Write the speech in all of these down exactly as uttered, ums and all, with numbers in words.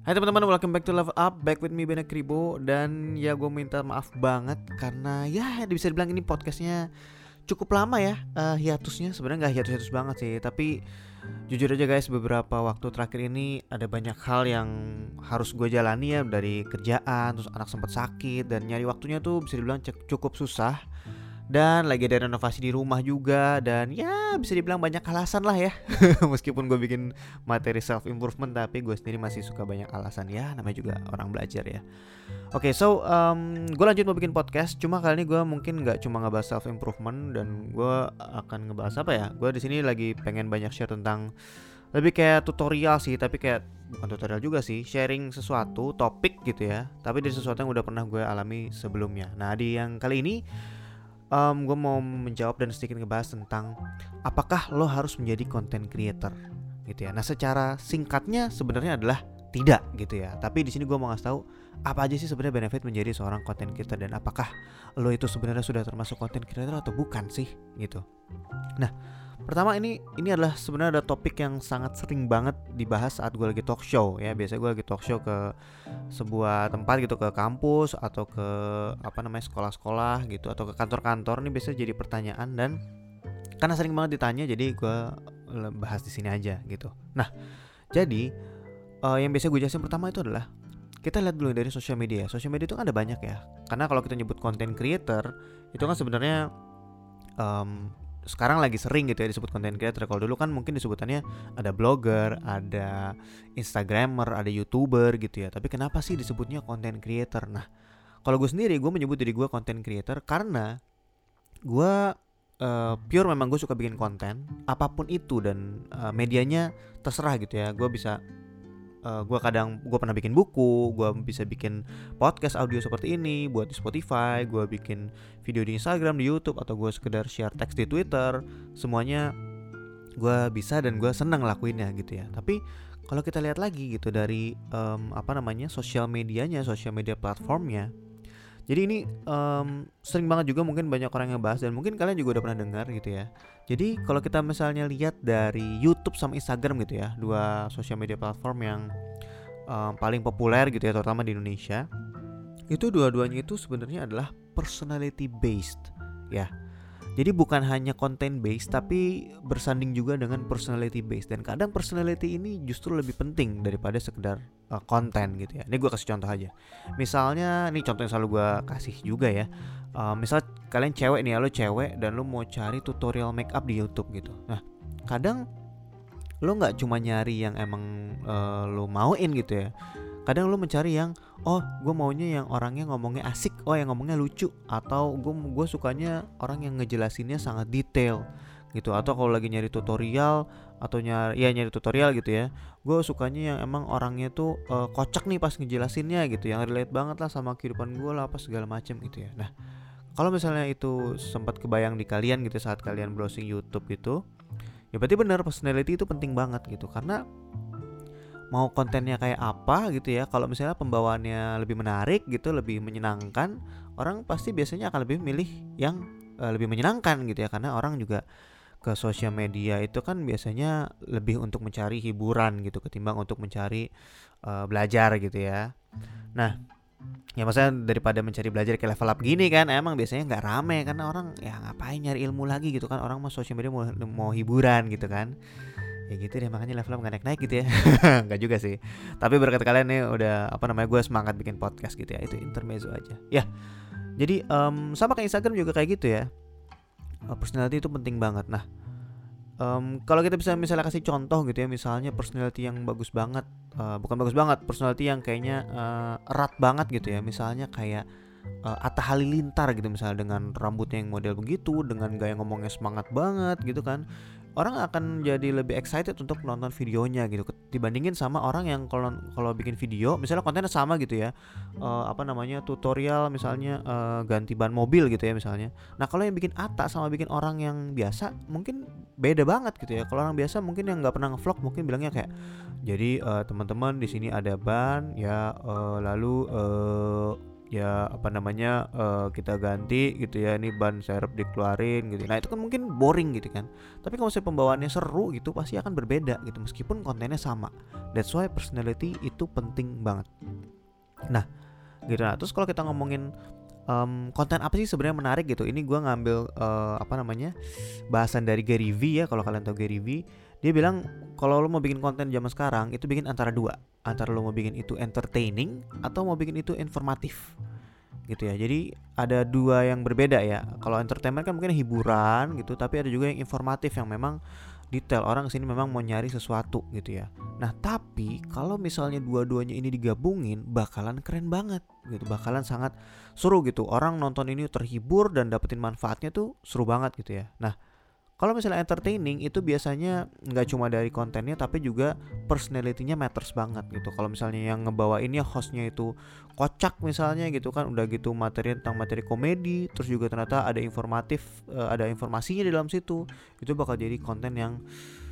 Hai teman-teman, welcome back to Level Up. Back with me Bena Kribo. Dan ya gue minta maaf banget karena ya bisa dibilang ini podcastnya cukup lama ya uh, hiatusnya. Sebenarnya gak hiatus-hiatus banget sih, tapi jujur aja guys, beberapa waktu terakhir ini ada banyak hal yang harus gue jalani ya. Dari kerjaan, terus anak sempat sakit, dan nyari waktunya tuh bisa dibilang cukup susah. Dan lagi ada renovasi di rumah juga. Dan ya bisa dibilang banyak alasan lah ya. Meskipun gue bikin materi self improvement, tapi gue sendiri masih suka banyak alasan. Ya namanya juga orang belajar ya. Oke, okay, so um, gue lanjut mau bikin podcast. Cuma kali ini gue mungkin gak cuma ngebahas self improvement, dan gue akan ngebahas apa ya. Gue di sini lagi pengen banyak share tentang, lebih kayak tutorial sih, tapi kayak bukan tutorial juga sih, sharing sesuatu, topik gitu ya, tapi dari sesuatu yang udah pernah gue alami sebelumnya. Nah di yang kali ini Um, gue mau menjawab dan sedikit ngebahas tentang apakah lo harus menjadi content creator gitu ya. Nah secara singkatnya sebenarnya adalah tidak gitu ya. Tapi di sini gue mau ngasih tahu apa aja sih sebenarnya benefit menjadi seorang content creator, dan apakah lo itu sebenarnya sudah termasuk content creator atau bukan sih gitu. Nah pertama ini ini adalah sebenarnya ada topik yang sangat sering banget dibahas saat gue lagi talk show ya. Biasanya gue lagi talk show ke sebuah tempat gitu, ke kampus atau ke apa namanya sekolah-sekolah gitu, atau ke kantor-kantor. Ini biasanya jadi pertanyaan, dan karena sering banget ditanya jadi gue bahas di sini aja gitu. Nah jadi uh, yang biasa gue jelasin pertama itu adalah kita lihat dulu dari sosial media. Sosial media itu kan ada banyak ya. Karena kalau kita nyebut content creator itu kan sebenarnya um, sekarang lagi sering gitu ya disebut content creator. Kalau dulu kan mungkin disebutannya ada blogger, ada instagrammer, ada youtuber gitu ya. Tapi kenapa sih disebutnya content creator? Nah kalau gue sendiri, gue menyebut diri gue content creator karena gue uh, pure memang gue suka bikin konten apapun itu, dan uh, medianya terserah gitu ya. Gue bisa Uh, gue kadang gue pernah bikin buku, gue bisa bikin podcast audio seperti ini buat di Spotify, gue bikin video di Instagram, di YouTube, atau gue sekedar share teks di Twitter. Semuanya gue bisa dan gue senang lakuinnya gitu ya. Tapi kalau kita lihat lagi gitu dari um, apa namanya sosial medianya, sosial media platformnya, jadi ini um, sering banget juga mungkin banyak orang yang bahas, dan mungkin kalian juga udah pernah dengar gitu ya. Jadi kalau kita misalnya lihat dari YouTube sama Instagram gitu ya, dua sosial media platform yang um, paling populer gitu ya, terutama di Indonesia, itu dua-duanya itu sebenarnya adalah personality based ya. Jadi bukan hanya content based, tapi bersanding juga dengan personality based. Dan kadang personality ini justru lebih penting daripada sekedar uh, konten gitu ya. Ini gue kasih contoh aja. Misalnya, ini contoh yang selalu gue kasih juga ya. Uh, misal kalian cewek nih ya, lo cewek dan lo mau cari tutorial make up di YouTube gitu. Nah, kadang lo nggak cuma nyari yang emang uh, lo mauin gitu ya. Kadang lo mencari yang, oh gue maunya yang orangnya ngomongnya asik, oh yang ngomongnya lucu, atau gue gue sukanya orang yang ngejelasinnya sangat detail gitu. Atau kalau lagi nyari tutorial atau nyari ya nyari tutorial gitu ya, gue sukanya yang emang orangnya tuh uh, kocak nih pas ngejelasinnya gitu, yang relate banget lah sama kehidupan gue lah apa segala macem gitu ya. Nah kalau misalnya itu sempat kebayang di kalian gitu saat kalian browsing YouTube gitu, ya berarti benar personality itu penting banget gitu. Karena mau kontennya kayak apa gitu ya, kalau misalnya pembawaannya lebih menarik gitu, lebih menyenangkan, orang pasti biasanya akan lebih milih yang uh, lebih menyenangkan gitu ya. Karena orang juga ke sosial media itu kan biasanya lebih untuk mencari hiburan gitu, ketimbang untuk mencari uh, belajar gitu ya. Nah ya maksudnya daripada mencari belajar kayak level up gini kan, emang biasanya gak rame, karena orang ya ngapain nyari ilmu lagi gitu kan. Orang mah sosial media mau, mau hiburan gitu kan. Ya gitu deh, makanya level up gak naik-naik gitu ya. Gak juga sih, tapi berkat kalian nih udah apa namanya gue semangat bikin podcast gitu ya. Itu intermezzo aja ya. Jadi um, sama kayak Instagram juga kayak gitu ya. uh, Personality itu penting banget. Nah um, kalau kita bisa misalnya kasih contoh gitu ya, misalnya personality yang bagus banget, uh, bukan bagus banget, personality yang kayaknya uh, erat banget gitu ya. Misalnya kayak uh, Atta Halilintar gitu misalnya, dengan rambutnya yang model begitu, dengan gaya ngomongnya semangat banget gitu kan. Orang akan jadi lebih excited untuk nonton videonya gitu, dibandingin sama orang yang kalau kalau bikin video misalnya kontennya sama gitu ya, uh, apa namanya tutorial misalnya uh, ganti ban mobil gitu ya misalnya. Nah kalau yang bikin Atta sama bikin orang yang biasa mungkin beda banget gitu ya. Kalau orang biasa mungkin yang nggak pernah ngevlog mungkin bilangnya kayak, jadi uh, teman-teman di sini ada ban ya, uh, lalu uh, ya apa namanya uh, kita ganti gitu ya, ini ban serep dikeluarin gitu. Nah itu kan mungkin boring gitu kan, tapi kalau misalnya pembawaannya seru gitu pasti akan berbeda gitu meskipun kontennya sama. That's why personality itu penting banget. Nah gitu. Nah terus kalau kita ngomongin um, konten apa sih sebenarnya menarik gitu, ini gue ngambil uh, apa namanya bahasan dari Gary V ya. Kalau kalian tahu Gary V, dia bilang kalau lo mau bikin konten zaman sekarang itu bikin antara dua, antara lo mau bikin itu entertaining atau mau bikin itu informatif gitu ya. Jadi ada dua yang berbeda ya. Kalau entertainment kan mungkin hiburan gitu, tapi ada juga yang informatif yang memang detail, orang kesini memang mau nyari sesuatu gitu ya. Nah tapi kalau misalnya dua-duanya ini digabungin bakalan keren banget gitu, bakalan sangat seru gitu. Orang nonton ini terhibur dan dapetin manfaatnya tuh seru banget gitu ya. Nah kalau misalnya entertaining itu biasanya nggak cuma dari kontennya tapi juga personality-nya matters banget gitu. Kalau misalnya yang ngebawainnya hostnya itu kocak misalnya gitu kan, udah gitu materi tentang materi komedi, terus juga ternyata ada informatif, uh, ada informasinya di dalam situ, itu bakal jadi konten yang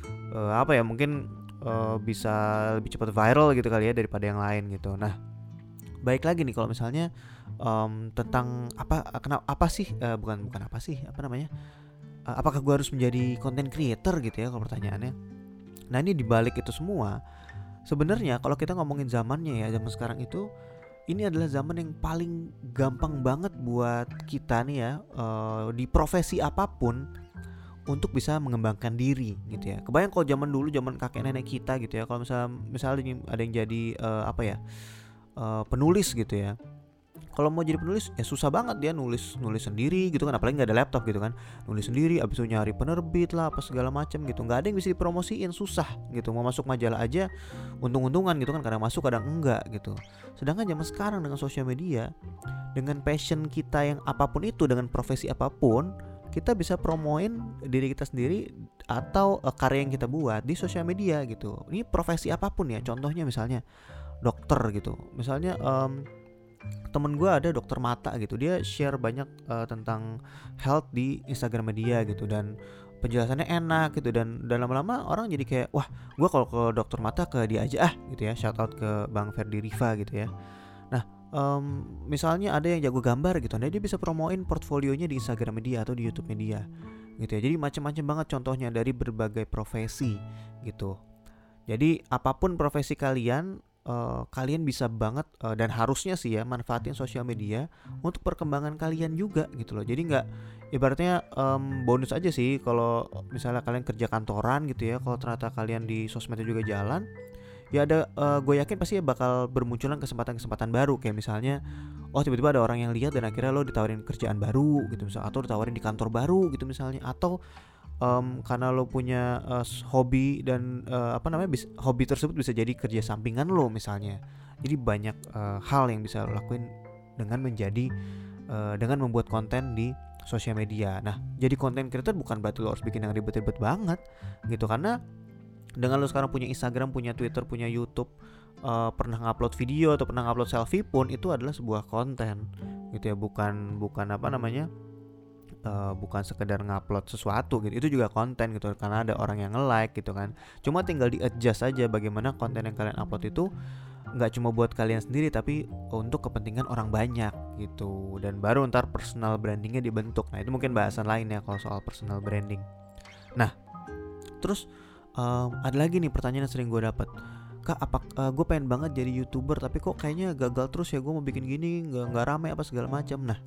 uh, apa ya mungkin uh, bisa lebih cepat viral gitu kali ya daripada yang lain gitu. Nah baik lagi nih kalau misalnya um, tentang apa kenapa apa sih uh, bukan bukan apa sih apa namanya apakah gue harus menjadi content creator gitu ya kalau pertanyaannya. Nah ini dibalik itu semua sebenarnya kalau kita ngomongin zamannya ya, zaman sekarang itu ini adalah zaman yang paling gampang banget buat kita nih ya uh, di profesi apapun untuk bisa mengembangkan diri gitu ya. Kebayang kalau zaman dulu, zaman kakek nenek kita gitu ya, kalau misalnya misalnya ada yang jadi uh, apa ya uh, penulis gitu ya. Kalau mau jadi penulis ya susah banget, dia nulis nulis sendiri gitu kan, apalagi nggak ada laptop gitu kan, nulis sendiri, abis itu nyari penerbit lah apa segala macam gitu, nggak ada yang bisa dipromosiin, susah gitu. Mau masuk majalah aja untung-untungan gitu kan, kadang masuk kadang enggak gitu. Sedangkan zaman sekarang dengan sosial media, dengan passion kita yang apapun itu, dengan profesi apapun, kita bisa promoin diri kita sendiri atau uh, karya yang kita buat di sosial media gitu. Ini profesi apapun ya, contohnya misalnya dokter gitu, misalnya um, temen gue ada dokter mata gitu, dia share banyak uh, tentang health di Instagram dia gitu, dan penjelasannya enak gitu, dan dan lama-lama orang jadi kayak wah gue kalau ke dokter mata ke dia aja ah gitu ya. Shout out ke Bang Ferdi Riva gitu ya. Nah um, misalnya ada yang jago gambar gitu, nah dia bisa promoin portfolionya di Instagram dia atau di YouTube dia gitu ya. Jadi macam-macam banget contohnya dari berbagai profesi gitu. Jadi apapun profesi kalian, Uh, kalian bisa banget uh, dan harusnya sih ya manfaatin sosial media untuk perkembangan kalian juga gitu loh. Jadi nggak ibaratnya um, bonus aja sih kalau misalnya kalian kerja kantoran gitu ya, kalau ternyata kalian di sosmednya juga jalan ya ada uh, gue yakin pasti ya bakal bermunculan kesempatan-kesempatan baru, kayak misalnya oh tiba-tiba ada orang yang lihat dan akhirnya lo ditawarin kerjaan baru gitu misalnya, atau ditawarin di kantor baru gitu misalnya, atau um, karena lo punya uh, hobi dan uh, apa namanya bis, hobi tersebut bisa jadi kerja sampingan lo misalnya. Jadi banyak uh, hal yang bisa lo lakuin dengan menjadi uh, dengan membuat konten di sosial media. Nah jadi content creator bukan berarti lo harus bikin yang ribet-ribet banget gitu, karena dengan lo sekarang punya Instagram, punya Twitter, punya YouTube, uh, pernah ngupload video atau pernah ngupload selfie pun itu adalah sebuah konten gitu ya, bukan bukan apa namanya Uh, bukan sekedar ngupload sesuatu gitu, itu juga konten gitu, karena ada orang yang nge-like gitu kan. Cuma tinggal di adjust aja bagaimana konten yang kalian upload itu nggak cuma buat kalian sendiri tapi untuk kepentingan orang banyak gitu, dan baru ntar personal brandingnya dibentuk. Nah itu mungkin bahasan lain ya kalau soal personal branding. Nah terus um, ada lagi nih pertanyaan yang sering gue dapat, Kak apa uh, gue pengen banget jadi YouTuber tapi kok kayaknya gagal terus ya, gue mau bikin gini nggak nggak rame apa segala macam. Nah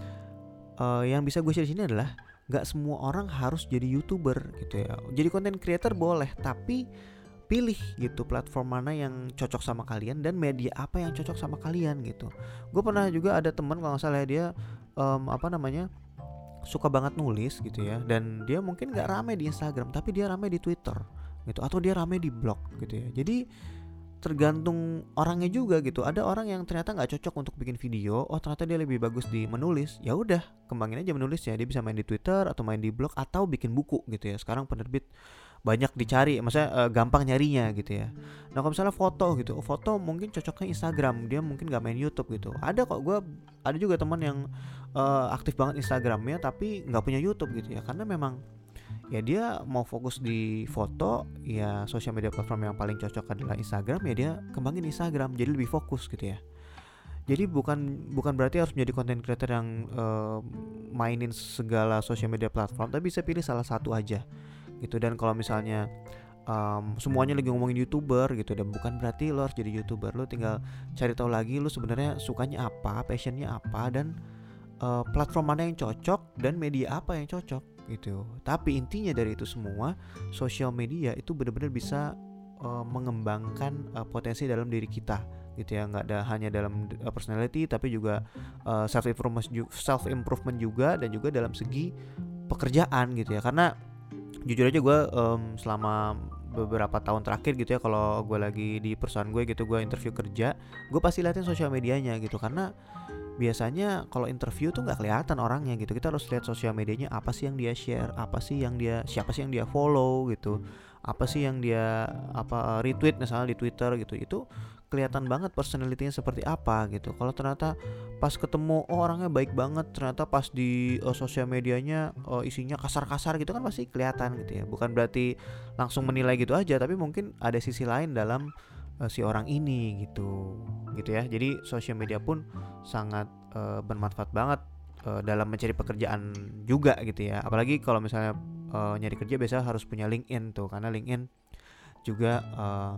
Uh, yang bisa gue share di sini adalah gak semua orang harus jadi YouTuber gitu ya. Jadi content creator boleh, tapi pilih gitu platform mana yang cocok sama kalian dan media apa yang cocok sama kalian gitu. Gue pernah juga ada teman kalau nggak salah dia um, apa namanya suka banget nulis gitu ya, dan dia mungkin gak rame di Instagram tapi dia rame di Twitter gitu, atau dia rame di blog gitu ya. Jadi tergantung orangnya juga gitu. Ada orang yang ternyata nggak cocok untuk bikin video, oh ternyata dia lebih bagus di menulis, ya udah kembangin aja menulis ya. Dia bisa main di Twitter atau main di blog atau bikin buku gitu ya. Sekarang penerbit banyak dicari, maksudnya uh, gampang nyarinya gitu ya. Nah kalau misalnya foto gitu, oh, foto mungkin cocoknya Instagram, dia mungkin nggak main YouTube gitu. Ada kok, gue ada juga teman yang uh, aktif banget Instagramnya tapi nggak punya YouTube gitu ya, karena memang ya dia mau fokus di foto, ya sosial media platform yang paling cocok adalah Instagram, ya dia kembangin Instagram jadi lebih fokus gitu ya. Jadi bukan bukan berarti harus menjadi content creator yang uh, mainin segala social media platform, tapi bisa pilih salah satu aja gitu. Dan kalau misalnya um, semuanya lagi ngomongin YouTuber gitu, dan bukan berarti lo harus jadi YouTuber. Lo tinggal cari tahu lagi lo sebenarnya sukanya apa, passionnya apa, dan uh, platform mana yang cocok dan media apa yang cocok gitu. Tapi intinya dari itu semua, social media itu benar-benar bisa uh, mengembangkan uh, potensi dalam diri kita gitu ya, nggak ada hanya dalam uh, personality, tapi juga uh, self improvement self improvement juga, dan juga dalam segi pekerjaan gitu ya. Karena jujur aja gue um, selama beberapa tahun terakhir gitu ya, kalau gue lagi di perusahaan gue gitu, gue interview kerja, gue pasti liatin sosial medianya gitu. Karena biasanya kalau interview tuh nggak kelihatan orangnya gitu, kita harus lihat sosial medianya, apa sih yang dia share, apa sih yang dia, siapa sih yang dia follow gitu, apa sih yang dia apa retweet misalnya di Twitter gitu. Itu kelihatan banget personality-nya seperti apa gitu. Kalau ternyata pas ketemu oh orangnya baik banget, ternyata pas di uh, sosial medianya uh, isinya kasar-kasar gitu kan pasti kelihatan gitu ya. Bukan berarti langsung menilai gitu aja, tapi mungkin ada sisi lain dalam uh, si orang ini gitu. Gitu ya. Jadi sosial media pun sangat uh, bermanfaat banget uh, dalam mencari pekerjaan juga gitu ya. Apalagi kalau misalnya uh, nyari kerja biasa harus punya LinkedIn tuh, karena LinkedIn juga uh,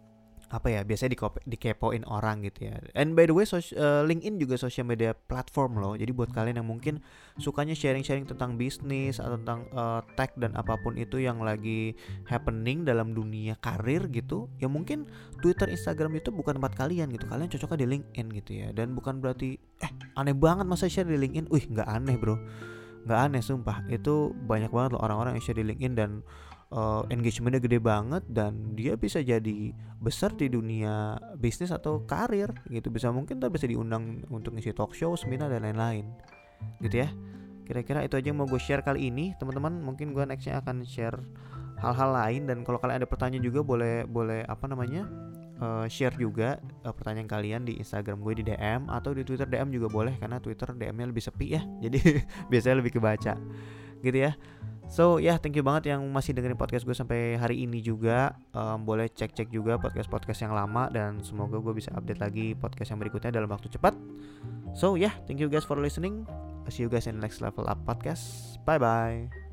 apa ya, biasanya dikope, dikepoin orang gitu ya. And by the way, sos- uh, LinkedIn juga social media platform loh. Jadi buat kalian yang mungkin sukanya sharing-sharing tentang bisnis atau tentang uh, tech dan apapun itu yang lagi happening dalam dunia karir gitu, ya mungkin Twitter, Instagram itu bukan tempat kalian gitu. Kalian cocoknya di LinkedIn gitu ya. Dan bukan berarti eh aneh banget masa share di LinkedIn. Wih, nggak aneh bro, nggak aneh sumpah. Itu banyak banget loh orang-orang yang share di LinkedIn dan Uh, engagementnya gede banget, dan dia bisa jadi besar di dunia bisnis atau karir gitu. Bisa mungkin tuh bisa diundang untuk ngisi talk show, seminar dan lain-lain gitu ya. Kira-kira itu aja yang mau gue share kali ini teman-teman. Mungkin gue nextnya akan share hal-hal lain, dan kalau kalian ada pertanyaan juga boleh boleh apa namanya uh, share juga uh, pertanyaan kalian di Instagram gue di D M, atau di Twitter D M juga boleh, karena Twitter D M-nya lebih sepi ya, jadi biasanya lebih kebaca gitu ya. So ya yeah, thank you banget yang masih dengerin podcast gue sampai hari ini juga. um, Boleh cek-cek juga podcast-podcast yang lama, dan semoga gue bisa update lagi podcast yang berikutnya dalam waktu cepat. So ya yeah, thank you guys for listening. See you guys in the next level up podcast. Bye bye.